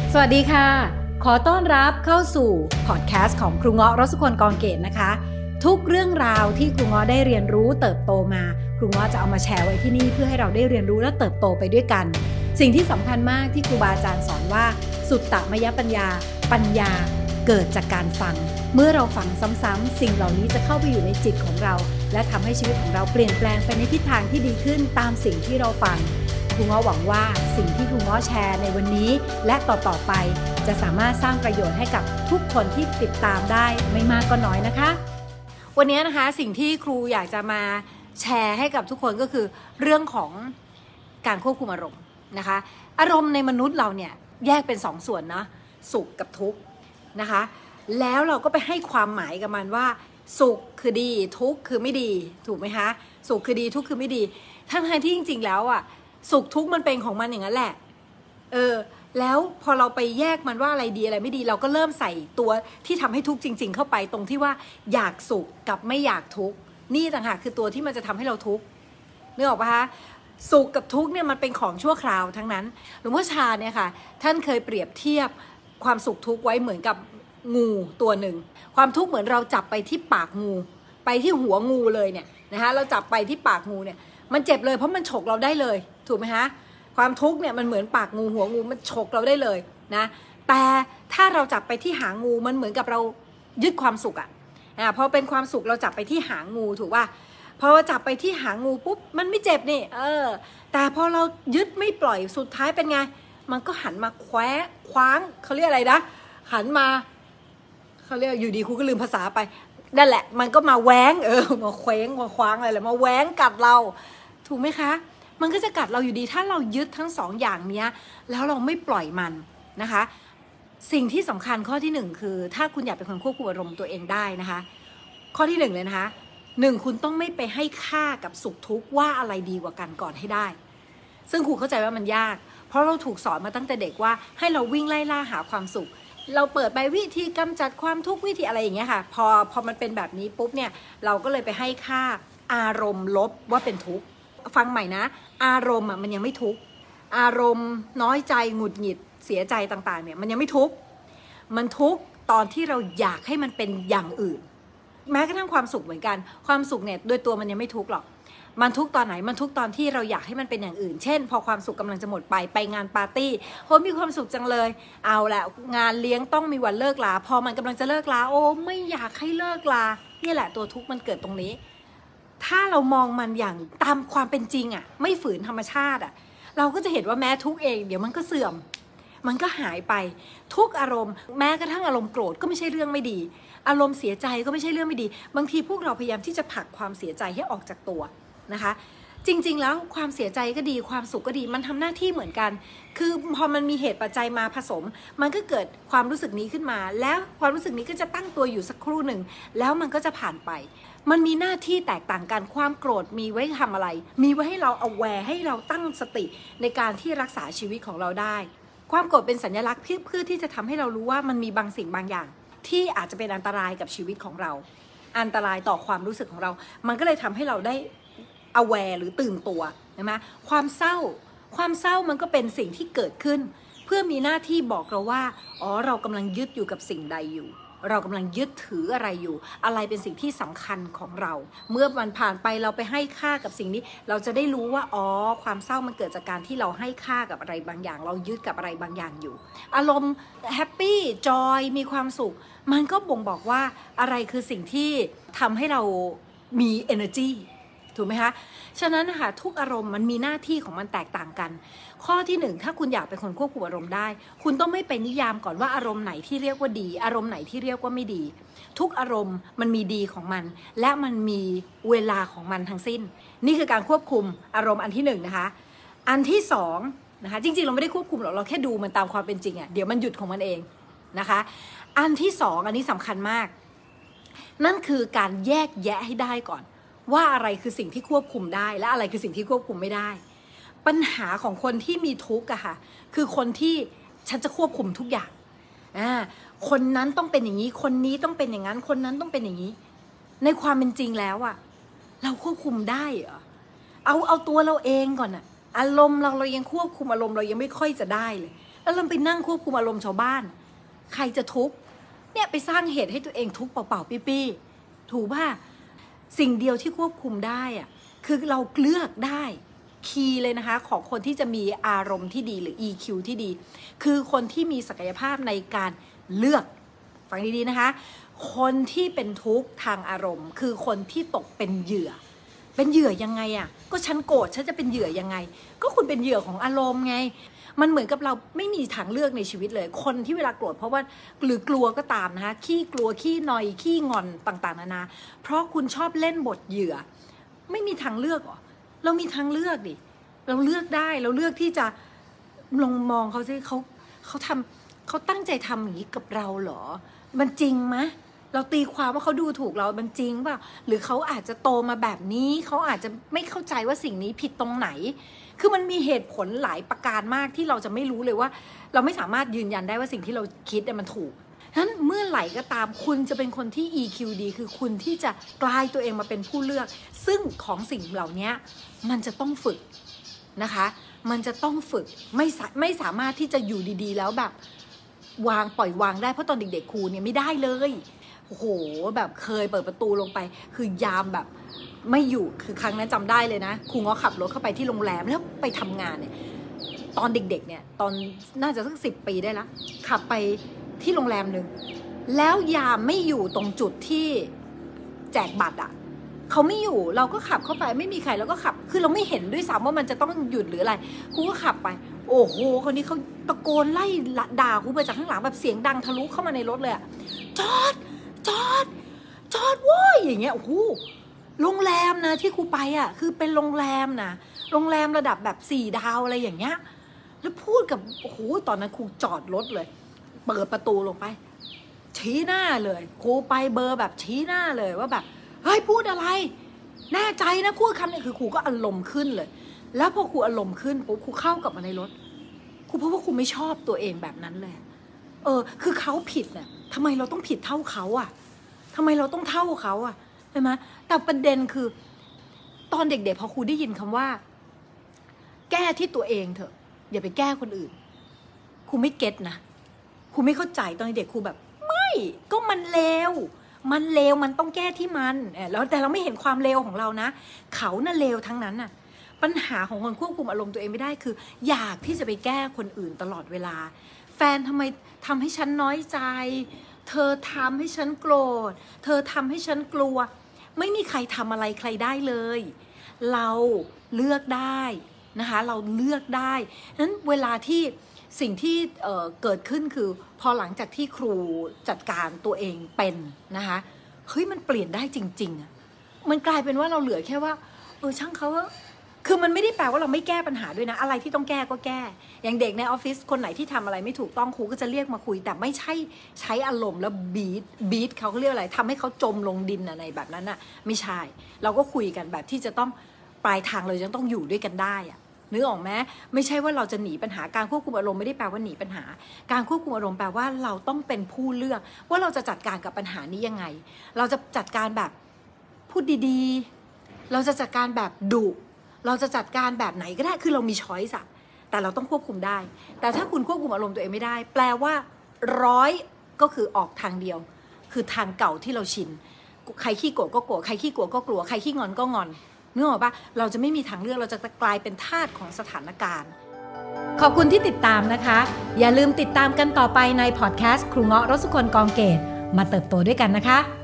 สวัสดีค่ะขอต้อนรับเข้าสู่พอดแคสต์ของครูเงาะรสคนกองเกตนะคะทุกเรื่องราวที่ครูเงาะได้เรียนรู้เติบโตมาครูเงาะจะเอามาแชร์ไว้ที่นี่เพื่อให้เราได้เรียนรู้และเติบโตไปด้วยกันสิ่งที่สำคัญมากที่ครูบาอาจารย์สอนว่าสุตตมยปัญญาเกิดจากการฟังเมื่อเราฟังซ้ำๆสิ่งเหล่านี้จะเข้าไปอยู่ในจิตของเราและทำให้ชีวิตของเราเปลี่ยนแปลงไปในทิศทางที่ดีขึ้นตามสิ่งที่เราฟังครูเงาะหวังว่าสิ่งที่ครูเงาะแชร์ในวันนี้และต่อๆไปจะสามารถสร้างประโยชน์ให้กับทุกคนที่ติดตามได้ไม่มากก็น้อยนะคะวันนี้นะคะสิ่งที่ครูอยากจะมาแชร์ให้กับทุกคนก็คือเรื่องของการควบคุมอารมณ์นะคะอารมณ์ในมนุษย์เราเนี่ยแยกเป็นสองส่วนนะสุขกับทุกข์นะคะแล้วเราก็ไปให้ความหมายกับมันว่าสุขคือดีทุกข์คือไม่ดีถูกไหมคะสุขคือดีทุกข์คือไม่ดีทั้งที่จริงๆแล้วอ่ะสุขทุกข์มันเป็นของมันอย่างนั้นแหละแล้วพอเราไปแยกมันว่าอะไรดีอะไรไม่ดีเราก็เริ่มใส่ตัวที่ทำให้ทุกข์จริงๆเข้าไปตรงที่ว่าอยากสุขกับไม่อยากทุกข์นี่ต่างหากคือตัวที่มันจะทำให้เราทุกข์นึกออกปะคะสุขกับทุกข์เนี่ยมันเป็นของชั่วคราวทั้งนั้นหลวงพ่อชาเนี่ยค่ะท่านเคยเปรียบเทียบความสุขทุกข์ไว้เหมือนกับงูตัวหนึ่งความทุกข์เหมือนเราจับไปที่ปากงูไปที่หัวงูเลยเนี่ยนะคะเราจับไปที่ปากงูเนี่ยมันเจ็บเลยเพราะมันฉกเราได้เลยถูกไหมคะความทุกข์เนี่ยมันเหมือนปากงูหัวงูมันฉกเราได้เลยนะแต่ถ้าเราจับไปที่หางงูมันเหมือนกับเรายึดความสุขอ่ะพอเป็นความสุขเราจับไปที่หางงูถูกป่ะพอจับไปที่หางงูปุ๊บมันไม่เจ็บนี่แต่พอเรายึดไม่ปล่อยสุดท้ายเป็นไงมันก็หันมาคว้างเขาเรียกอะไรนะหันมาเขาเรียกอยู่ดีครูก็ลืมภาษาไปนั่นแหละมันก็มาแหวงมาเคว้งมาคว้างอะไรแหละมาแหวงกัดเราถูกไหมคะมันก็จะกัดเราอยู่ดีถ้าเรายึดทั้งสองอย่างนี้แล้วเราไม่ปล่อยมันนะคะสิ่งที่สำคัญข้อที่หนึ่งคือถ้าคุณอยากเป็นคนควบคุมอารมณ์ตัวเองได้นะคะข้อที่หนึ่งเลยนะคะคุณต้องไม่ไปให้ค่ากับสุขทุกข์ว่าอะไรดีกว่ากันก่อนให้ได้ซึ่งครูเข้าใจว่ามันยากเพราะเราถูกสอนมาตั้งแต่เด็กว่าให้เราวิ่งไล่ล่าหาความสุขเราเปิดไปวิธีกำจัดความทุกข์วิธีอะไรอย่างเงี้ยค่ะพอมันเป็นแบบนี้ปุ๊บเนี่ยเราก็เลยไปให้ค่าอารมณ์ลบว่าเป็นทุกข์ฟังใหม่นะอารมณ์มันยังไม่ทุกข์อารมณ์น้อยใจหงุดหงิดเสียใจต่างๆเนี่ยมันยังไม่ทุกข์มันทุกข์ตอนที่เราอยากให้มันเป็นอย่างอื่นแม้กระทั่งความสุขเหมือนกันความสุขเนี่ยโดยตัวมันยังไม่ทุกข์หรอกมันทุกข์ตอนไหนมันทุกข์ตอนที่เราอยากให้มันเป็นอย่างอื่นเช่นพอความสุขกำลังจะหมดไปงานปาร์ตี้โหมีความสุขจังเลยเอาละงานเลี้ยงต้องมีวันเลิกลาพอมันกำลังจะเลิกลาโอ้ไม่อยากให้เลิกลานี่แหละตัวทุกข์มันเกิดตรงนี้ถ้าเรามองมันอย่างตามความเป็นจริงอ่ะไม่ฝืนธรรมชาติอ่ะเราก็จะเห็นว่าแม้ทุกข์เองเดี๋ยวมันก็เสื่อมมันก็หายไปทุกอารมณ์แม้กระทั่งอารมณ์โกรธก็ไม่ใช่เรื่องไม่ดีอารมณ์เสียใจก็ไม่ใช่เรื่องไม่ดีบางทีพวกเราพยายามที่จะผลักความเสียใจให้ออกจากตัวนะคะจริงๆแล้วความเสียใจก็ดีความสุขก็ดีมันทำหน้าที่เหมือนกันคือพอมันมีเหตุปัจจัยมาผสมมันก็เกิดความรู้สึกนี้ขึ้นมาแล้วความรู้สึกนี้ก็จะตั้งตัวอยู่สักครู่หนึ่งแล้วมันก็จะผ่านไปมันมีหน้าที่แตกต่างกันความโกรธมีไว้ทำอะไรมีไว้ให้เราawareให้เราตั้งสติในการที่รักษาชีวิตของเราได้ความโกรธเป็นสัญลักษณ์เพื่อที่จะทำให้เรารู้ว่ามันมีบางสิ่งบางอย่างที่อาจจะเป็นอันตรายกับชีวิตของเราอันตรายต่อความรู้สึกของเรามันก็เลยทำให้เราได้aware หรือตื่นตัวใช่ไหมความเศร้ามันก็เป็นสิ่งที่เกิดขึ้นเพื่อมีหน้าที่บอกเราว่าเรากำลังยึดอยู่กับสิ่งใดอยู่เรากำลังยึดถืออะไรอยู่อะไรเป็นสิ่งที่สำคัญของเราเมื่อมันผ่านไปเราไปให้ค่ากับสิ่งนี้เราจะได้รู้ว่าความเศร้ามันเกิดจากการที่เราให้ค่ากับอะไรบางอย่างเรายึดกับอะไรบางอย่างอยู่อารมณ์แฮปปี้จอยมีความสุขมันก็บ่งบอกว่าอะไรคือสิ่งที่ทำให้เรามี energyถูกไหมคะฉะนั้นนะคะทุกอารมณ์มันมีหน้าที่ของมันแตกต่างกันข้อที่หนึ่งถ้าคุณอยากเป็นคนควบคุมอารมณ์ได้คุณต้องไม่ไปนิยามก่อนว่าอารมณ์ไหนที่เรียกว่าดีอารมณ์ไหนที่เรียกว่าไม่ดีทุกอารมณ์มันมีดีของมันและมันมีเวลาของมันทั้งสิ้นนี่คือการควบคุมอารมณ์อันที่หนึ่งนะคะอันที่สองนะคะจริงๆเราไม่ได้ควบคุมหรอกเราแค่ดูมันตามความเป็นจริงเดี๋ยวมันหยุดของมันเองนะคะอันที่สองอันนี้สำคัญมากนั่นคือการแยกแยะให้ได้ก่อนว่าอะไรคือสิ่งที่ควบคุมได้และอะไรคือสิ่งที่ควบคุมไม่ได้ปัญหาของคนที่มีทุกข์อะค่ะคือคนที่ฉันจะควบคุมทุกอย่างคนนั้นต้องเป็นอย่างนี้คนนี้ต้องเป็นอย่างนั้นคนนั้นต้องเป็นอย่างนี้ในความเป็นจริงแล้วอะเราควบคุมได้เหรอเอาตัวเราเองก่อนอะอารมณ์เรายังควบคุมอารมณ์เรายังไม่ค่อยจะได้เลยแล้วเราไปนั่งควบคุมอารมณ์ชาวบ้านใครจะทุกข์เนี่ยไปสร้างเหตุให้ตัวเองทุกข์เปล่าๆปี้ๆถูกป่ะสิ่งเดียวที่ควบคุมได้อะคือเราเลือกได้คีย์เลยนะคะของคนที่จะมีอารมณ์ที่ดีหรือ EQ ที่ดีคือคนที่มีศักยภาพในการเลือกฟังดีๆนะคะคนที่เป็นทุกข์ทางอารมณ์คือคนที่ตกเป็นเหยื่อยังไงอ่ะก็ฉันโกรธฉันจะเป็นเหยื่อยังไงก็คุณเป็นเหยื่อของอารมณ์ไงมันเหมือนกับเราไม่มีทางเลือกในชีวิตเลยคนที่เวลาโกรธเพราะว่าหรือกลัวก็ตามนะคะขี้กลัวขี้นอยขี้งอนต่างๆนานาเพราะคุณชอบเล่นบทเหยื่อไม่มีทางเลือกหรอเรามีทางเลือกดิเราเลือกได้เราเลือกที่จะลองมองเขาสิเขาตั้งใจทำอย่างนี้กับเราเหรอมันจริงไหมเราตีความว่าเขาดูถูกเรามันจริงป่ะหรือเขาอาจจะโตมาแบบนี้เขาอาจจะไม่เข้าใจว่าสิ่งนี้ผิดตรงไหนคือมันมีเหตุผลหลายประการมากที่เราจะไม่รู้เลยว่าเราไม่สามารถยืนยันได้ว่าสิ่งที่เราคิดมันถูกฉะนั้นเมื่อไหร่ก็ตามคุณจะเป็นคนที่ EQ ดีคือคุณที่จะกลายตัวเองมาเป็นผู้เลือกซึ่งของสิ่งเหล่านี้มันจะต้องฝึกนะคะมันจะต้องฝึกไม่สามารถที่จะอยู่ดีๆแล้วแบบปล่อยวางได้เพราะตอนเด็กๆครูเนี่ยไม่ได้เลยโอ้โหแบบเคยเปิดประตูลงไปคือยามแบบไม่อยู่คือครั้งนั้นจำได้เลยนะครูง้อขับรถเข้าไปที่โรงแรมแล้วไปทำงานเนี่ยตอนเด็กๆเนี่ยตอนน่าจะสัก10 ปีได้แล้วขับไปที่โรงแรมนึงแล้วยามไม่อยู่ตรงจุดที่แจกบัตรอ่ะเขาไม่อยู่เราก็ขับเข้าไปไม่มีใครเราก็ขับคือเราไม่เห็นด้วยซ้ำว่ามันจะต้องหยุดหรืออะไรครูก็ขับไปโอ้โหคนนี้เขาตะโกนไล่ด่าครูไปจากข้างหลังแบบเสียงดังทะลุเข้ามาในรถเลยอะจอดโว้ยอย่างเงี้ยโอ้โหโรงแรมนะที่ครูไปอ่ะคือเป็นโรงแรมนะโรงแรมระดับแบบ4 ดาวอะไรอย่างเงี้ยแล้วพูดกับโอ้โหตอนนั้นครูจอดรถเลยเปิดประตูลงไปชี้หน้าเลยครูไปเบอร์แบบชี้หน้าเลยว่าแบบเฮ้ยพูดอะไรแน่ใจนะพูดคำนี้คือครูก็อารมณ์ขึ้นเลยแล้วพอครูอารมณ์ขึ้นปุ๊บครูเข้ากลับมาในรถครูเพราะว่าครูไม่ชอบตัวเองแบบนั้นเลยคือเขาผิดน่ะทำไมเราต้องผิดเท่าเขาอ่ะทำไมเราต้องเท่าเขาอ่ะใช่ไหมแต่ประเด็นคือตอนเด็กๆพอครูได้ยินคำว่าแก้ที่ตัวเองเถอะอย่าไปแก้คนอื่นครูไม่เก็ตนะครูไม่เข้าใจตอนเด็กครูแบบไม่ก็มันเลวมันต้องแก้ที่มันแล้วแต่เราไม่เห็นความเลวของเรานะเขาน่ะเลวทั้งนั้นน่ะปัญหาของคนควบคุมอารมณ์ตัวเองไม่ได้คืออยากที่จะไปแก้คนอื่นตลอดเวลาแฟนทำไมทำให้ฉันน้อยใจเธอทำให้ฉันโกรธเธอทำให้ฉันกลัวไม่มีใครทำอะไรใครได้เลยเราเลือกได้นะคะเราเลือกได้นั้นเวลาที่สิ่งที่เกิดขึ้นคือพอหลังจากที่ครูจัดการตัวเองเป็นนะคะเฮ้ยมันเปลี่ยนได้จริงๆอ่ะมันกลายเป็นว่าเราเหลือแค่ว่าช่างเขาคือมันไม่ได้แปลว่าเราไม่แก้ปัญหาด้วยนะอะไรที่ต้องแก้ก็แก้อย่างเด็กในออฟฟิศคนไหนที่ทำอะไรไม่ถูกต้องครูก็จะเรียกมาคุยแต่ไม่ใช่ใช้อารมณ์แล้วบีทเขาเรียกอะไรทำให้เขาจมลงดินอะไรแบบนั้นน่ะไม่ใช่เราก็คุยกันแบบที่จะต้องปลายทางเราจะต้องอยู่ด้วยกันได้อะนึกออกไหมไม่ใช่ว่าเราจะหนีปัญหาการควบคุมอารมณ์ไม่ได้แปลว่าหนีปัญหาการควบคุมอารมณ์แปลว่าเราต้องเป็นผู้เลือกว่าเราจะจัดการกับปัญหานี้ยังไงเราจะจัดการแบบพูดดีๆเราจะจัดการแบบดุเราจะจัดการแบบไหนก็ได้คือเรามีช้อยส์อะแต่เราต้องควบคุมได้แต่ถ้าคุณควบคุมอารมณ์ตัวเองไม่ได้แปลว่า100ก็คือออกทางเดียวคือทางเก่าที่เราชินใครขี้โกรธก็โกรธใครขี้กลัวก็กลัวใครขี้งอนก็งอนนึกออกปะเราจะไม่มีทางเลือกเราจะกลายเป็นทาสของสถานการณ์ขอบคุณที่ติดตามนะคะอย่าลืมติดตามกันต่อไปในพอดแคสต์ครูเงาะรสสุคนกองเกตมาเติบโตด้วยกันนะคะ